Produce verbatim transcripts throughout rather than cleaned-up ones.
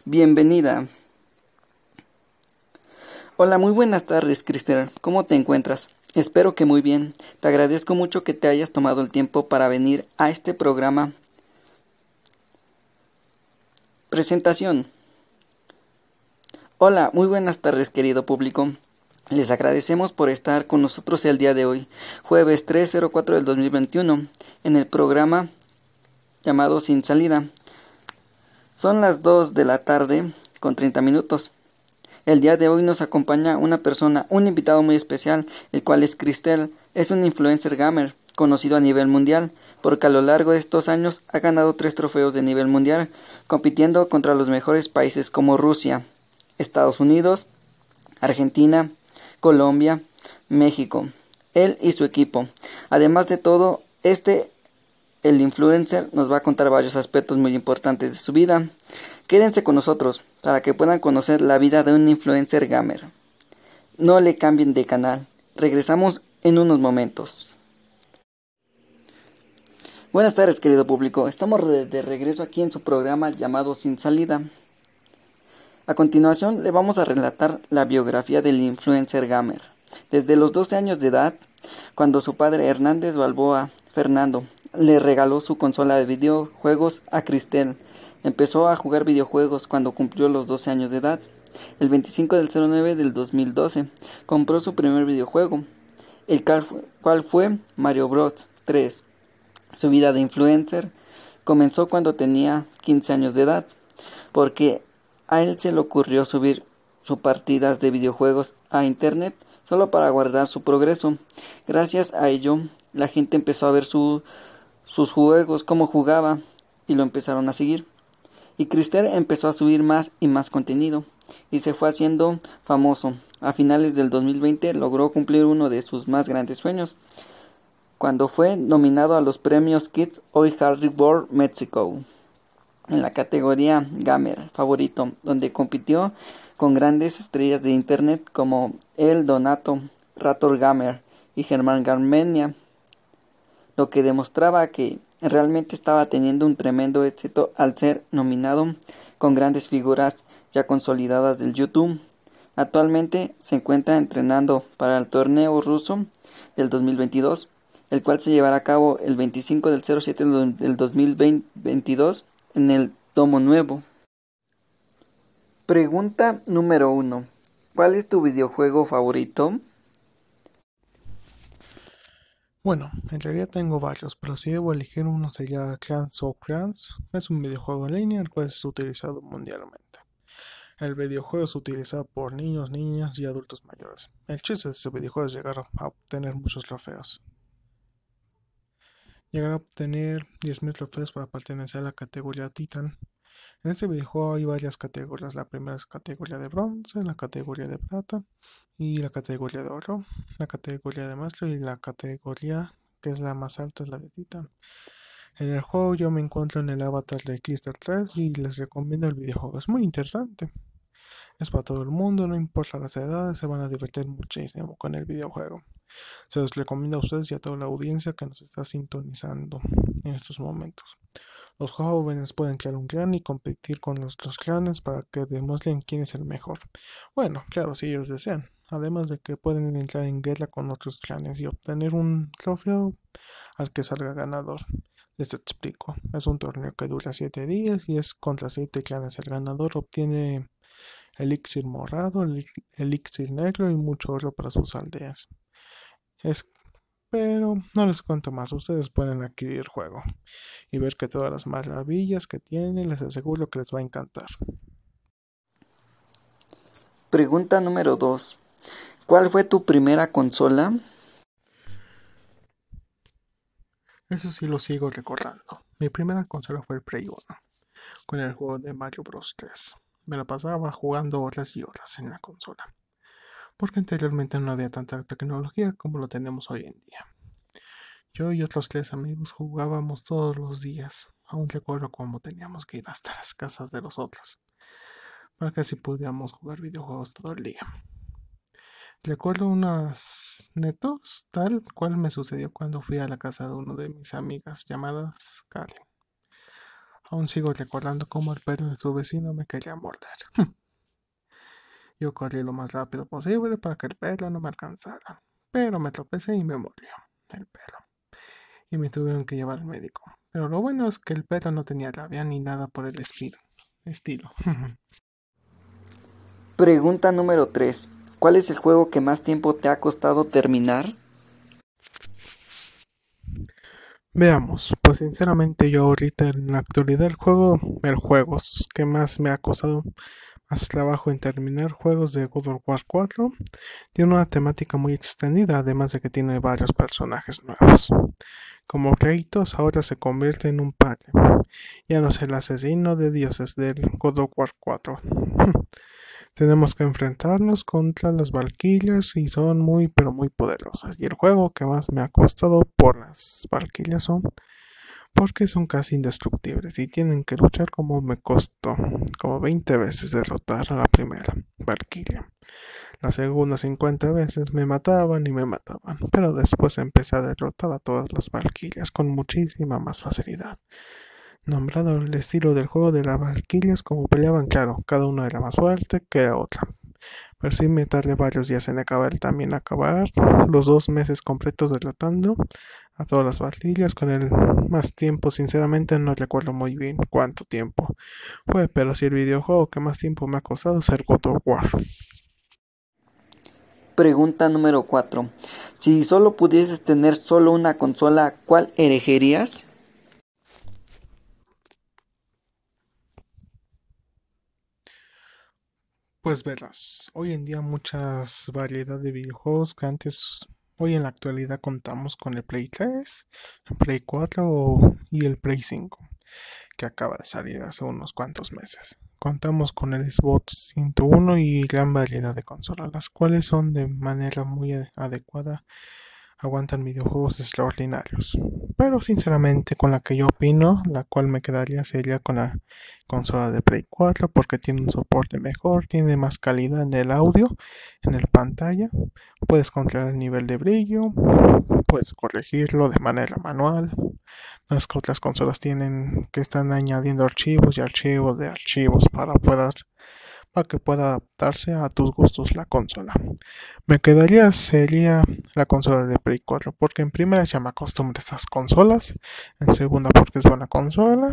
Bienvenida. Hola, muy buenas tardes, Cristel. ¿Cómo te encuentras? Espero que muy bien. Te agradezco mucho que te hayas tomado el tiempo para venir a este programa. Presentación. Hola, muy buenas tardes, querido público. Les agradecemos por estar con nosotros el día de hoy, jueves tres cero cuatro del dos mil veintiuno, en el programa llamado Sin Salida. Son las dos de la tarde con treinta minutos. El día de hoy nos acompaña una persona, un invitado muy especial, el cual es Cristel. Es un influencer gamer conocido a nivel mundial, porque a lo largo de estos años ha ganado tres trofeos de nivel mundial, compitiendo contra los mejores países como Rusia, Estados Unidos, Argentina, Colombia, México. Él y su equipo. Además de todo, este, el influencer, nos va a contar varios aspectos muy importantes de su vida. Quédense con nosotros para que puedan conocer la vida de un influencer gamer. No le cambien de canal. Regresamos en unos momentos. Buenas tardes, querido público. Estamos de, de regreso aquí en su programa llamado Sin Salida. A continuación le vamos a relatar la biografía del influencer gamer. Desde los doce años de edad, cuando su padre Hernández Balboa Fernando le regaló su consola de videojuegos a Cristel, empezó a jugar videojuegos cuando cumplió los doce años de edad. El veinticinco del nueve del dos mil doce compró su primer videojuego, el cual fue Mario Bros. tres. Su vida de influencer comenzó cuando tenía quince años de edad, porque a él se le ocurrió subir sus partidas de videojuegos a internet solo para guardar su progreso. Gracias a ello, la gente empezó a ver su, sus juegos, cómo jugaba, y lo empezaron a seguir. Y Cristel empezó a subir más y más contenido, y se fue haciendo famoso. A finales del dos mil veinte logró cumplir uno de sus más grandes sueños, cuando fue nominado a los premios Kids Hoy Harry World Mexico en la categoría Gamer Favorito, donde compitió con grandes estrellas de internet como El Donato, Rator Gamer y Germán Garmendia, lo que demostraba que realmente estaba teniendo un tremendo éxito al ser nominado con grandes figuras ya consolidadas del YouTube. Actualmente se encuentra entrenando para el torneo ruso del dos mil veintidós, el cual se llevará a cabo el veinticinco del siete del dos mil veintidós en el Domo Nuevo. Pregunta número uno. ¿Cuál es tu videojuego favorito? Bueno, en realidad tengo varios, pero si debo elegir uno sería Clans of Clans. Es un videojuego en línea el cual es utilizado mundialmente. El videojuego es utilizado por niños, niñas y adultos mayores. El chiste de este videojuego es llegar a obtener muchos trofeos. Llegar a obtener diez mil trofeos para pertenecer a la categoría Titan. En este videojuego hay varias categorías. La primera es categoría de bronce, la categoría de plata y la categoría de oro, la categoría de maestro y la categoría que es la más alta es la de Titan. En el juego yo me encuentro en el avatar de Clister tres y les recomiendo el videojuego. Es muy interesante. Es para todo el mundo, no importa las edades, se van a divertir muchísimo con el videojuego. Se los recomiendo a ustedes y a toda la audiencia que nos está sintonizando en estos momentos. Los jóvenes pueden crear un clan y competir con los otros clanes para que demuestren quién es el mejor. Bueno, claro, si ellos desean. Además de que pueden entrar en guerra con otros clanes y obtener un trofeo al que salga ganador. Les explico. Es un torneo que dura siete días y es contra siete clanes. El ganador obtiene elixir morado, elixir negro y mucho oro para sus aldeas. Es pero no les cuento más, ustedes pueden adquirir el juego y ver que todas las maravillas que tiene, les aseguro que les va a encantar. Pregunta número dos. ¿Cuál fue tu primera consola? Eso sí lo sigo recordando. Mi primera consola fue el Play uno, con el juego de Mario Bros. tres. Me la pasaba jugando horas y horas en la consola, porque anteriormente no había tanta tecnología como lo tenemos hoy en día. Yo y otros tres amigos jugábamos todos los días. Aún recuerdo cómo teníamos que ir hasta las casas de los otros, para que así pudiéramos jugar videojuegos todo el día. Recuerdo unos netos, tal cual me sucedió cuando fui a la casa de una de mis amigas llamadas Karen. Aún sigo recordando cómo el perro de su vecino me quería morder. Yo corrí lo más rápido posible para que el perro no me alcanzara, pero me tropecé y me murió el perro. Y me tuvieron que llevar al médico. Pero lo bueno es que el perro no tenía rabia ni nada por el estilo. estilo. Pregunta número tres. ¿Cuál es el juego que más tiempo te ha costado terminar? Veamos, pues sinceramente yo ahorita en la actualidad el juego, el juegos que más me ha costado más trabajo en terminar juegos de God of War cuatro. Tiene una temática muy extendida, además de que tiene varios personajes nuevos. Como Kratos ahora se convierte en un padre. Ya no es el asesino de dioses del God of War cuatro. Tenemos que enfrentarnos contra las Valquirias y son muy pero muy poderosas. Y el juego que más me ha costado por las Valquirias son porque son casi indestructibles y tienen que luchar como me costó, como veinte veces derrotar a la primera Valquiria. Las segundas cincuenta veces me mataban y me mataban, pero después empecé a derrotar a todas las Valquirias con muchísima más facilidad. Nombrado el estilo del juego de las Valquirias, como peleaban, claro, cada una era más fuerte que la otra. Pero sí me tardé varios días en acabar, también acabar los dos meses completos derrotando a todas las Valquirias con el más tiempo. Sinceramente no recuerdo muy bien cuánto tiempo fue, pero sí el videojuego que más tiempo me ha costado es el God of War. Pregunta número cuatro. Si solo pudieses tener solo una consola, ¿cuál elegirías? Pues verás, hoy en día muchas variedades de videojuegos que antes, hoy en la actualidad contamos con el Play tres, el Play cuatro o- y el Play cinco, que acaba de salir hace unos cuantos meses. Contamos con el Xbox ciento uno y gran variedad de consolas, las cuales son de manera muy ade- adecuada, aguantan videojuegos extraordinarios. Pero sinceramente con la que yo opino, la cual me quedaría sería con la consola de Play cuatro porque tiene un soporte mejor, tiene más calidad en el audio, en el pantalla, puedes controlar el nivel de brillo, puedes corregirlo de manera manual. No es que otras consolas tienen que están añadiendo archivos y archivos de archivos para poder para que pueda adaptarse a tus gustos la consola. Me quedaría sería la consola de Play cuatro porque en primera ya me acostumbré a estas consolas, en segunda porque es buena consola.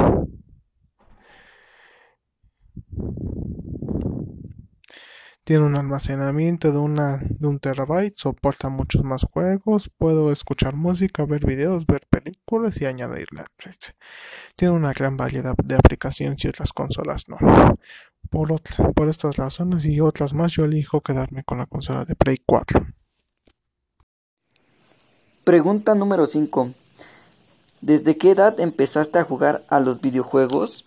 Tiene un almacenamiento de, una, de un terabyte, soporta muchos más juegos, puedo escuchar música, ver videos, ver películas y añadir Netflix. Tiene una gran variedad de aplicaciones y otras consolas no. Por, otra, por estas razones y otras más, yo elijo quedarme con la consola de Play cuatro. Pregunta número cinco. ¿Desde qué edad empezaste a jugar a los videojuegos?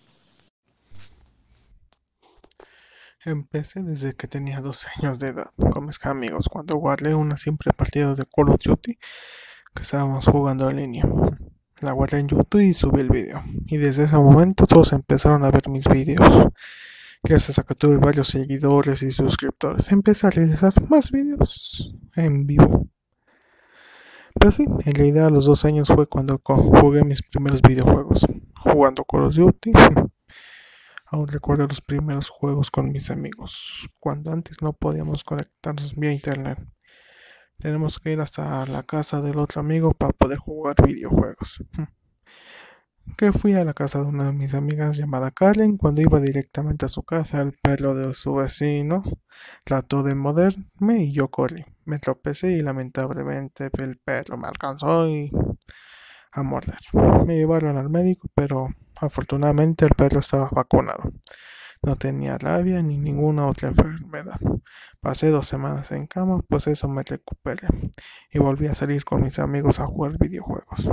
Empecé desde que tenía doce años de edad con mis amigos cuando guardé una simple partida de Call of Duty que estábamos jugando en línea. La guardé en YouTube y subí el video. Y desde ese momento todos empezaron a ver mis videos. Gracias a que tuve varios seguidores y suscriptores, empecé a realizar más videos en vivo. Pero sí, en realidad a los dos años fue cuando jugué mis primeros videojuegos, jugando Call of Duty. Aún recuerdo los primeros juegos con mis amigos, cuando antes no podíamos conectarnos vía internet. Tenemos que ir hasta la casa del otro amigo para poder jugar videojuegos. Que fui a la casa de una de mis amigas llamada Karen. Cuando iba directamente a su casa, el perro de su vecino trató de morderme y yo corrí. Me tropecé y lamentablemente el perro me alcanzó y a morder. Me llevaron al médico, pero afortunadamente el perro estaba vacunado. No tenía rabia ni ninguna otra enfermedad. Pasé dos semanas en cama, pues eso me recuperé y volví a salir con mis amigos a jugar videojuegos.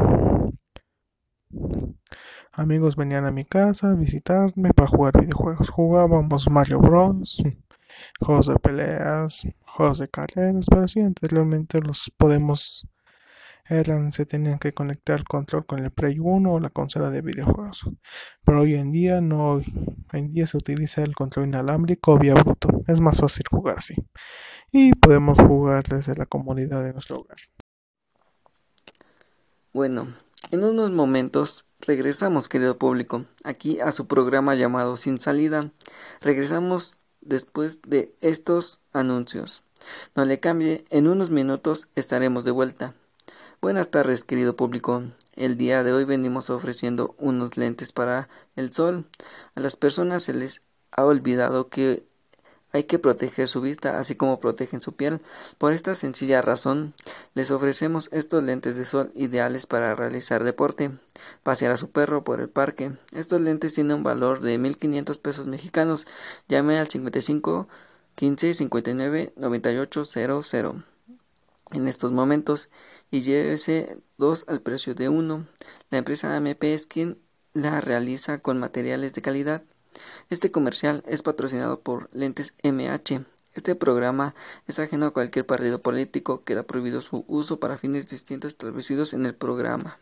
Amigos venían a mi casa a visitarme para jugar videojuegos. Jugábamos Mario Bros, juegos de peleas, juegos de carreras, pero sí, anteriormente los podemos eran, se tenían que conectar el control con el Play uno o la consola de videojuegos. Pero hoy en día no, hoy en día se utiliza el control inalámbrico vía Bluetooth. Es más fácil jugar así. Y podemos jugar desde la comodidad de nuestro hogar. Bueno, en unos momentos Regresamos, querido público, aquí a su programa llamado Sin Salida. Regresamos después de estos anuncios. No le cambie, en unos minutos estaremos de vuelta. Buenas tardes, querido público. El día de hoy venimos ofreciendo unos lentes para el sol. A las personas se les ha olvidado que hay que proteger su vista, así como protegen su piel. Por esta sencilla razón, les ofrecemos estos lentes de sol ideales para realizar deporte, pasear a su perro por el parque. Estos lentes tienen un valor de mil quinientos pesos mexicanos. Llame al cincuenta y cinco, quince, cincuenta y nueve, noventa y ocho cero cero en estos momentos y llévese dos al precio de uno. La empresa A M P es quien la realiza con materiales de calidad. Este comercial es patrocinado por Lentes M H. Este programa es ajeno a cualquier partido político. Queda prohibido su uso para fines distintos establecidos en el programa.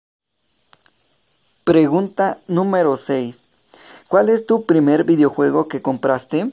Pregunta número seis. ¿Cuál es tu primer videojuego que compraste?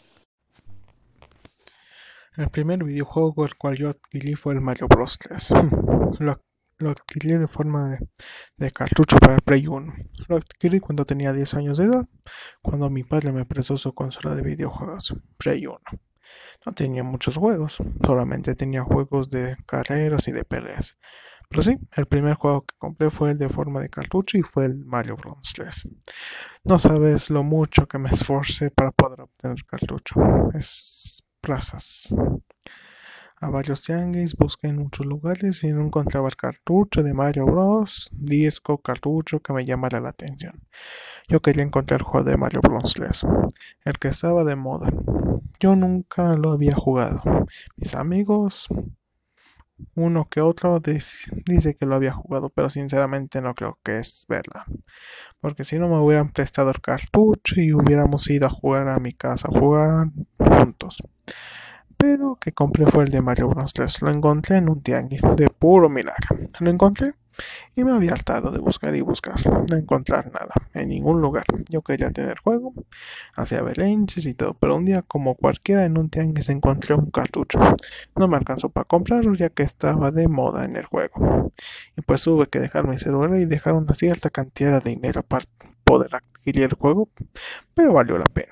El primer videojuego el cual yo adquirí fue el Mario Bros. tres. Lo, lo adquirí de forma de, de cartucho para el Play uno. Lo adquirí cuando tenía diez años de edad, cuando mi padre me prestó su consola de videojuegos, Play uno. No tenía muchos juegos, solamente tenía juegos de carreras y de peleas. Pero sí, el primer juego que compré fue el de forma de cartucho y fue el Mario Bros. tres. No sabes lo mucho que me esforcé para poder obtener cartucho. Es plazas a varios tianguis, busqué en muchos lugares y no encontraba el cartucho de Mario Bros. Disco, cartucho que me llamara la atención. Yo quería encontrar el juego de Mario Bros. tres, el que estaba de moda. Yo nunca lo había jugado. Mis amigos, uno que otro, dice que lo había jugado, pero sinceramente no creo que es verdad. Porque si no me hubieran prestado el cartucho y hubiéramos ido a jugar a mi casa, a jugar juntos. Pero que compré fue el de Mario Bros. tres. Lo encontré en un tianguis, de puro milagro. Lo encontré y me había hartado de buscar y buscar, no encontrar nada, en ningún lugar. Yo quería tener juego, hacía berrinches y todo, pero un día como cualquiera en un tianguis encontré un cartucho. No me alcanzó para comprarlo ya que estaba de moda en el juego. Y pues tuve que dejar mi celular y dejar una cierta cantidad de dinero para poder adquirir el juego, pero valió la pena.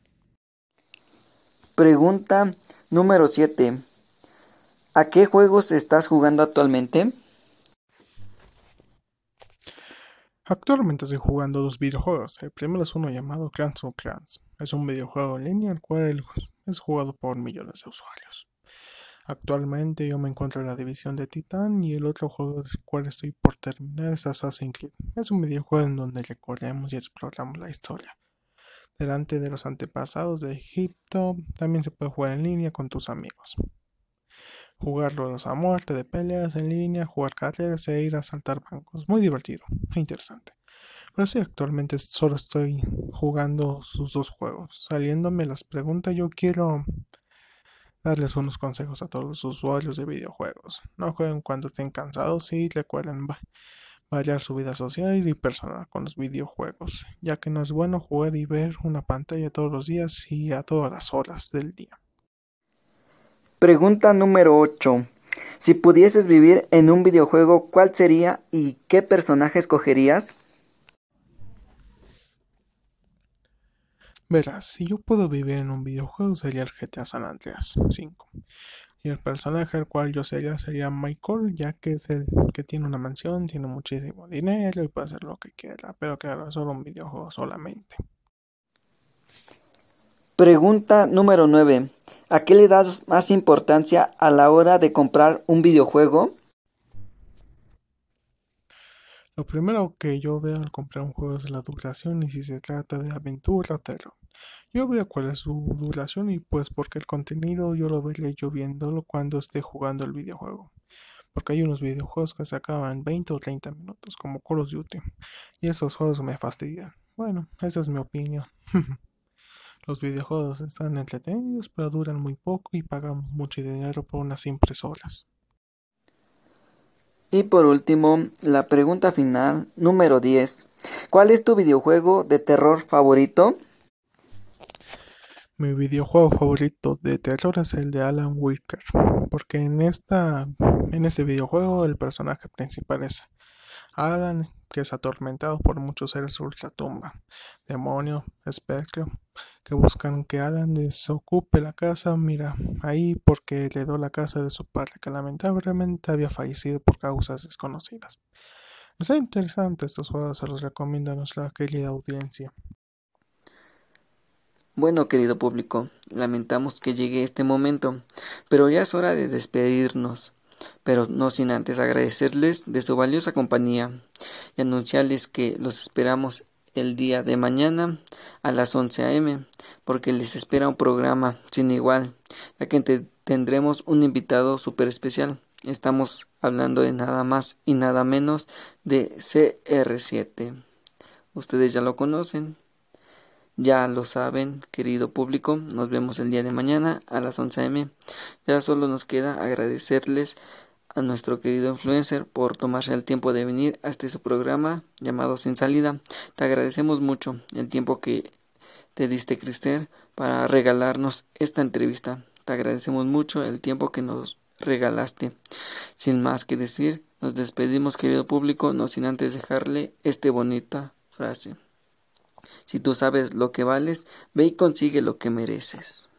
Pregunta número siete. ¿A qué juegos estás jugando actualmente? Actualmente estoy jugando dos videojuegos. El primero es uno llamado Clans of Clans. Es un videojuego en línea el cual es jugado por millones de usuarios. Actualmente yo me encuentro en la división de Titán y el otro juego del cual estoy por terminar es Assassin's Creed. Es un videojuego en donde recorremos y exploramos la historia delante de los antepasados de Egipto. También se puede jugar en línea con tus amigos. Jugarlos a muerte de peleas en línea, jugar carreras e ir a saltar bancos. Muy divertido e interesante. Pero sí, actualmente solo estoy jugando sus dos juegos. Saliéndome las preguntas, yo quiero darles unos consejos a todos los usuarios de videojuegos. No jueguen cuando estén cansados y recuerden variar su vida social y personal con los videojuegos, ya que no es bueno jugar y ver una pantalla todos los días y a todas las horas del día. Pregunta número ocho. Si pudieses vivir en un videojuego, ¿cuál sería y qué personaje escogerías? Verás, si yo puedo vivir en un videojuego sería el G T A San Andreas cinco. Y el personaje al cual yo sería sería Michael, ya que es el que tiene una mansión, tiene muchísimo dinero y puede hacer lo que quiera. Pero claro, es solo un videojuego solamente. Pregunta número nueve. ¿A qué le das más importancia a la hora de comprar un videojuego? Lo primero que yo veo al comprar un juego es la duración y si se trata de aventura o terror. Yo veo cuál es su duración y pues porque el contenido yo lo veré yo viéndolo cuando esté jugando el videojuego. Porque hay unos videojuegos que se acaban en veinte o treinta minutos, como Call of Duty. Y esos juegos me fastidian. Bueno, esa es mi opinión. Los videojuegos están entretenidos, pero duran muy poco y pagamos mucho dinero por unas simples horas. Y por último, la pregunta final, número diez. ¿Cuál es tu videojuego de terror favorito? Mi videojuego favorito de terror es el de Alan Wake, porque en esta, en este videojuego el personaje principal es Alan, que es atormentado por muchos seres de ultratumba, demonio, espectro, que buscan que Alan desocupe la casa, mira, ahí porque heredó la casa de su padre, que lamentablemente había fallecido por causas desconocidas. Está interesante estos juegos, se los recomiendo a nuestra querida audiencia. Bueno, querido público, lamentamos que llegue este momento, pero ya es hora de despedirnos, pero no sin antes agradecerles de su valiosa compañía y anunciarles que los esperamos el día de mañana a las once a eme, porque les espera un programa sin igual, ya que te tendremos un invitado súper especial. Estamos hablando de nada más y nada menos de ce erre siete. Ustedes ya lo conocen. Ya lo saben, querido público, nos vemos el día de mañana a las once a eme. Ya solo nos queda agradecerles a nuestro querido influencer por tomarse el tiempo de venir a este su programa llamado Sin Salida. Te agradecemos mucho el tiempo que te diste, Crister, para regalarnos esta entrevista. Te agradecemos mucho el tiempo que nos regalaste. Sin más que decir, nos despedimos, querido público, no sin antes dejarle esta bonita frase. Si tú sabes lo que vales, ve y consigue lo que mereces.